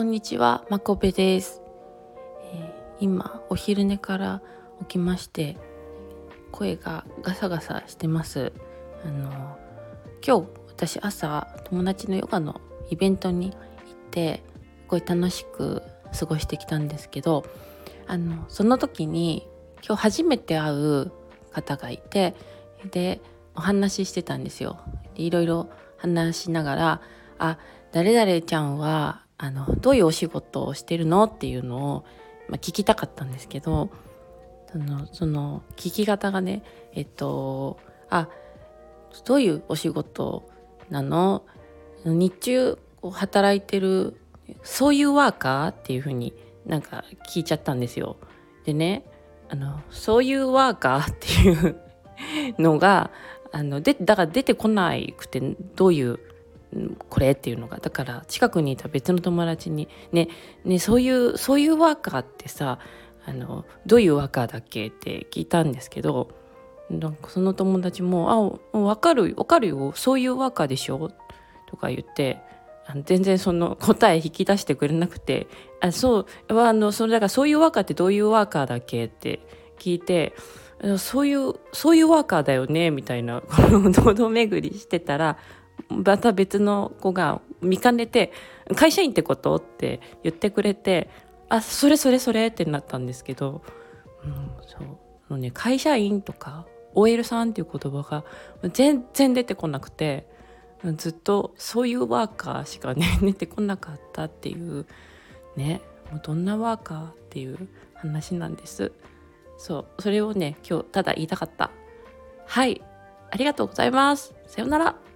こんにちは、まこべです。今お昼寝から起きまして、声がガサガサしてます。今日私朝友達のヨガのイベントに行ってすごい楽しく過ごしてきたんですけど、その時に今日初めて会う方がいて、でお話ししてたんですよ。でいろいろ話しながら、誰々ちゃんはどういうお仕事をしてるのっていうのを、聞きたかったんですけど、その聞き方がね、どういうお仕事なの、日中働いてるそういうワーカーっていう風になんか聞いちゃったんですよ。でね、そういうワーカーっていうのがだから出てこないくて、どういうこれっていうのが、だから近くにいた別の友達にねそういうワーカーってさ、どういうワーカーだっけって聞いたんですけど、なんかその友達もわかるよ、そういうワーカーでしょとか言って、全然その答え引き出してくれなくて、それだからそういうワーカーってどういうワーカーだっけって聞いて、そういうワーカーだよねみたいな堂々巡りしてたら、また別の子が見かねて、会社員ってことって言ってくれて、それってなったんですけど、そうね、会社員とか OL さんっていう言葉が全然出てこなくて、ずっとそういうワーカーしかね出てこなかったっていうね、もうどんなワーカーっていう話なんです。それをね今日ただ言いたかった。はい、ありがとうございます。さようなら。